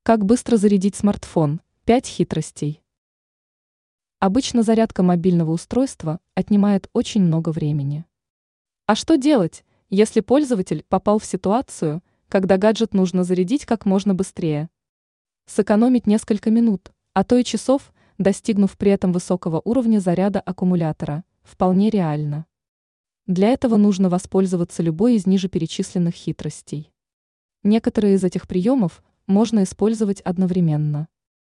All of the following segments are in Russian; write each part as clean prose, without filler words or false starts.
Как быстро зарядить смартфон? 5 хитростей. Обычно зарядка мобильного устройства отнимает очень много времени. А что делать, если пользователь попал в ситуацию, когда гаджет нужно зарядить как можно быстрее? Сэкономить несколько минут, а то и часов, достигнув при этом высокого уровня заряда аккумулятора, вполне реально. Для этого нужно воспользоваться любой из ниже перечисленных хитростей. Некоторые из этих приемов можно использовать одновременно.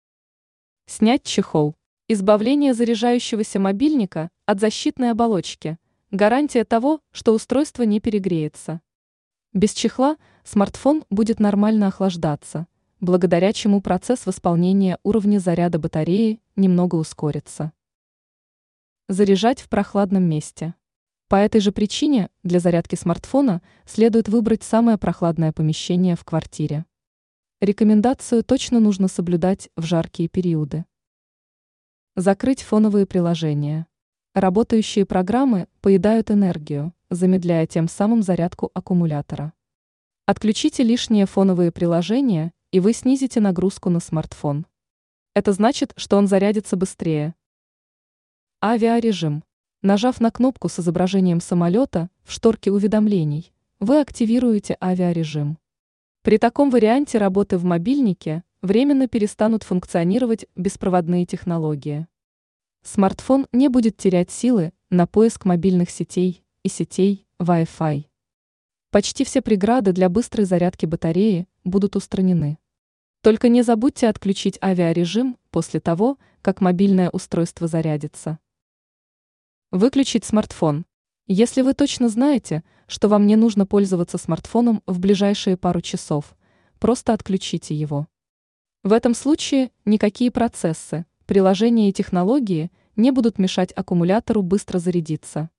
Снять чехол. Избавление заряжающегося мобильника от защитной оболочки – гарантия того, что устройство не перегреется. Без чехла смартфон будет нормально охлаждаться, благодаря чему процесс восполнения уровня заряда батареи немного ускорится. Заряжать в прохладном месте. По этой же причине для зарядки смартфона следует выбрать самое прохладное помещение в квартире. Рекомендацию точно нужно соблюдать в жаркие периоды. Закрыть фоновые приложения. Работающие программы поедают энергию, замедляя тем самым зарядку аккумулятора. Отключите лишние фоновые приложения, и вы снизите нагрузку на смартфон. Это значит, что он зарядится быстрее. Авиарежим. Нажав на кнопку с изображением самолета в шторке уведомлений, вы активируете авиарежим. При таком варианте работы в мобильнике временно перестанут функционировать беспроводные технологии. Смартфон не будет терять силы на поиск мобильных сетей и сетей Wi-Fi. Почти все преграды для быстрой зарядки батареи будут устранены. Только не забудьте отключить авиарежим после того, как мобильное устройство зарядится. Выключить смартфон. Если вы точно знаете, что вам не нужно пользоваться смартфоном в ближайшие пару часов, просто отключите его. В этом случае никакие процессы, приложения и технологии не будут мешать аккумулятору быстро зарядиться.